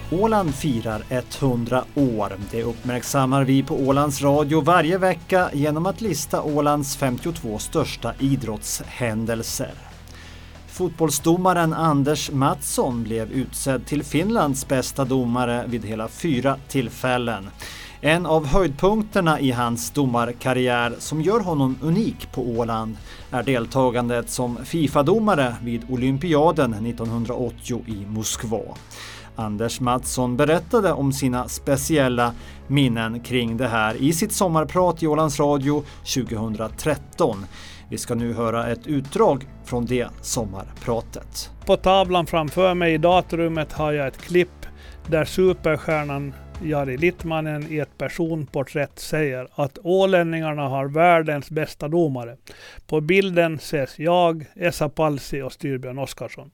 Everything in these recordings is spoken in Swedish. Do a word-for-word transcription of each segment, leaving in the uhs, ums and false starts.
Åland firar hundra år. Det uppmärksammar vi på Ålands Radio varje vecka genom att lista Ålands femtiotvå största idrottshändelser. Fotbollsdomaren Anders Mattsson blev utsedd till Finlands bästa domare vid hela fyra tillfällen. En av höjdpunkterna i hans domarkarriär som gör honom unik på Åland är deltagandet som FIFA-domare vid Olympiaden nittonhundraåttio i Moskva. Anders Mattsson berättade om sina speciella minnen kring det här i sitt sommarprat i Ålands Radio tjugohundratretton. Vi ska nu höra ett utdrag från det sommarpratet. På tavlan framför mig i datorrummet har jag ett klipp där superstjärnan Jari Littmanen i ett personporträtt säger att ålänningarna har världens bästa domare. På bilden ses jag, Esa Palsi och Styrbjörn Oskarsson.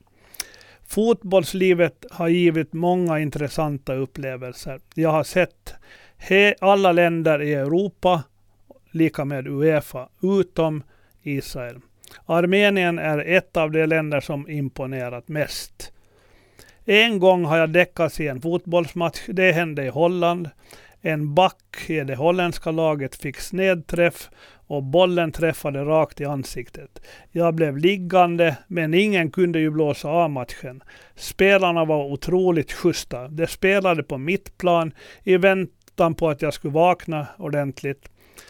Fotbollslivet har givit många intressanta upplevelser. Jag har sett he- alla länder i Europa, lika med UEFA, utom Israel. Armenien är ett av de länder som imponerat mest. En gång har jag däckats i en fotbollsmatch. Det hände i Holland. En back i det holländska laget fick snedträff och bollen träffade rakt i ansiktet. Jag blev liggande, men ingen kunde ju blåsa av matchen. Spelarna var otroligt schyssta. De spelade på mittplan i väntan på att jag skulle vakna ordentligt.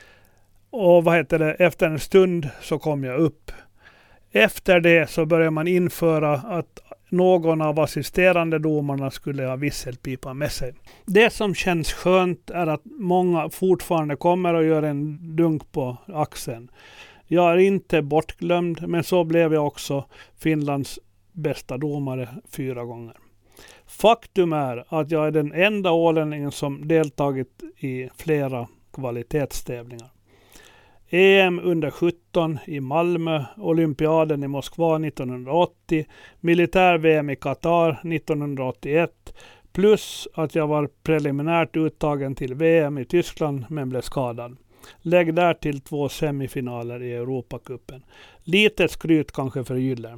Och vad heter det? Efter en stund så kom jag upp. Efter det så började man införa att någon av assisterande domarna skulle ha visselpipa med sig. Det som känns skönt är att många fortfarande kommer och gör en dunk på axeln. Jag är inte bortglömd, men så blev jag också Finlands bästa domare fyra gånger. Faktum är att jag är den enda ålänningen som deltagit i flera kvalitetstävlingar. E M under sjutton i Malmö, Olympiaden i Moskva nittonhundraåttio, militär-V M i Qatar nittonhundraåttioett, plus att jag var preliminärt uttagen till V M i Tyskland men blev skadad. Lägg där till två semifinaler i Europacupen. Lite skryt kanske för Gyller.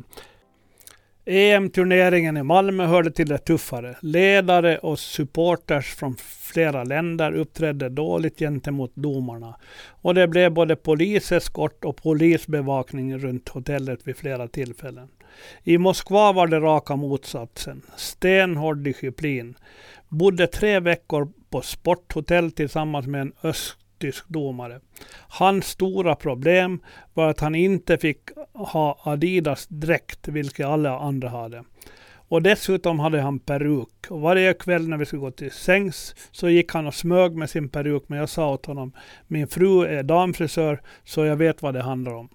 E M-turneringen i Malmö hörde till det tuffare. Ledare och supporters från flera länder uppträdde dåligt gentemot domarna. Och det blev både poliseskort och polisbevakning runt hotellet vid flera tillfällen. I Moskva var det raka motsatsen. Stenhård disciplin. Bodde tre veckor på sporthotell tillsammans med en östtysk domare. Hans stora problem var att han inte fick ha Adidas dräkt, vilket alla andra hade. Och dessutom hade han peruk. Och varje kväll när vi skulle gå till sängs så gick han och smög med sin peruk. Men jag sa åt honom, min fru är damfrisör så jag vet vad det handlar om.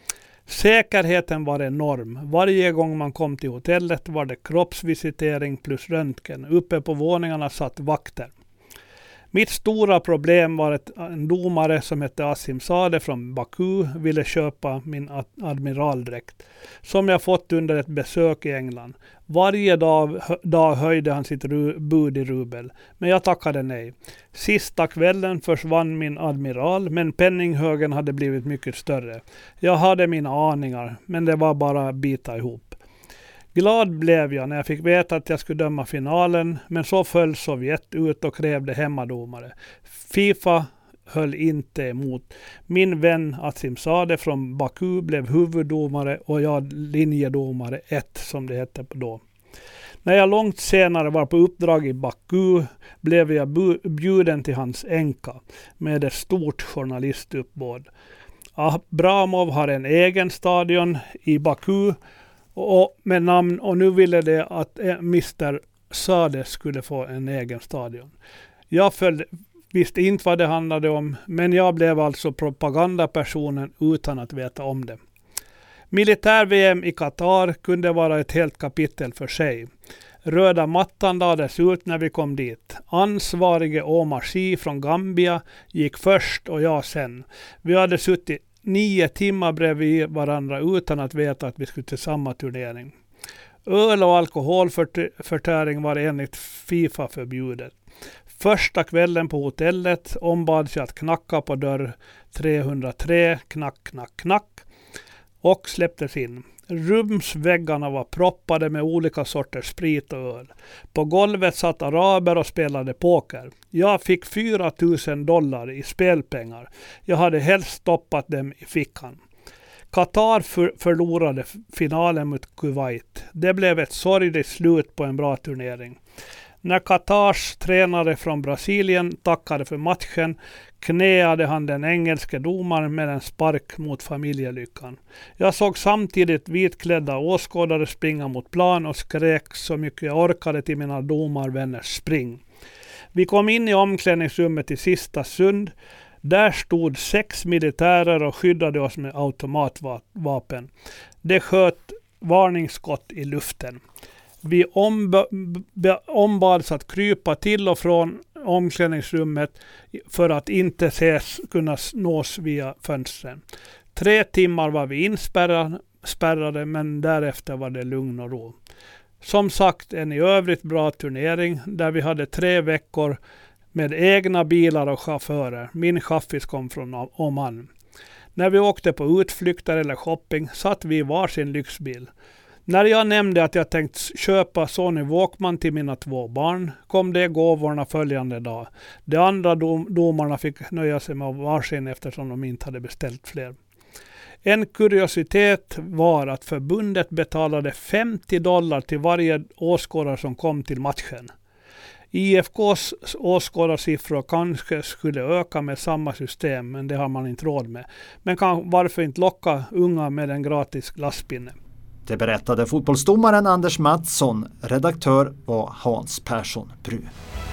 Säkerheten var enorm. Varje gång man kom till hotellet var det kroppsvisitering plus röntgen. Uppe på våningarna satt vakter. Mitt stora problem var att en domare som hette Asim Sadeh från Baku ville köpa min admiraldräkt som jag fått under ett besök i England. Varje dag, dag höjde han sitt ru, bud i rubel, men jag tackade nej. Sista kvällen försvann min admiral, men penninghögen hade blivit mycket större. Jag hade mina aningar, men det var bara att bita ihop. Glad blev jag när jag fick veta att jag skulle döma finalen, men så föll Sovjet ut och krävde hemmadomare. FIFA höll inte emot. Min vän Asim Sadeh från Baku blev huvuddomare och jag linjedomare ett som det hette då. När jag långt senare var på uppdrag i Baku blev jag bjuden till hans änka med ett stort journalistuppbåd. Abramov har en egen stadion i Baku och med namn, och nu ville det att mister Sadeh skulle få en egen stadion. Jag följde, visste inte vad det handlade om, men jag blev alltså propagandapersonen utan att veta om det. Militär-V M i Qatar kunde vara ett helt kapitel för sig. Röda mattan lades ut när vi kom dit. Ansvarige Omar Sy från Gambia gick först och jag sen. Vi hade suttit nio timmar bredvid varandra utan att veta att vi skulle till samma turnering. Öl och alkoholförtäring var enligt FIFA förbjudet. Första kvällen på hotellet ombads jag att knacka på dörr trehundratre, knack, knack, knack. och släpptes in. Rumsväggarna var proppade med olika sorters sprit och öl. På golvet satt araber och spelade poker. Jag fick fyra tusen dollar i spelpengar. Jag hade helst stoppat dem i fickan. Qatar för- förlorade finalen mot Kuwait. Det blev ett sorgligt slut på en bra turnering. När Qatars tränare från Brasilien tackade för matchen knäade han den engelske domaren med en spark mot familjelyckan. Jag såg samtidigt vitklädda åskådare springa mot plan och skrek så mycket jag orkade till mina domarvänners spring. Vi kom in i omklädningsrummet i sista stund. Där stod sex militärer och skyddade oss med automatvapen. Det sköt varningsskott i luften. Vi omb- ombads att krypa till och från omklädningsrummet för att inte ses kunna nås via fönstren. Tre timmar var vi inspärrade, men därefter var det lugn och ro. Som sagt, en i övrigt bra turnering där vi hade tre veckor med egna bilar och chaufförer. Min chaffis kom från Oman. När vi åkte på utflykter eller shopping satt vi i varsin lyxbil. När jag nämnde att jag tänkt köpa Sony Walkman till mina två barn kom det gåvorna följande dag. De andra dom- domarna fick nöja sig med varsin eftersom de inte hade beställt fler. En kuriositet var att förbundet betalade femtio dollar till varje åskådare som kom till matchen. I F K:s åskådarsiffror kanske skulle öka med samma system, men det har man inte råd med. Men kan, varför inte locka unga med en gratis glasspinne? Det berättade fotbollsdomaren Anders Mattsson. Redaktör var Hans Persson Bru.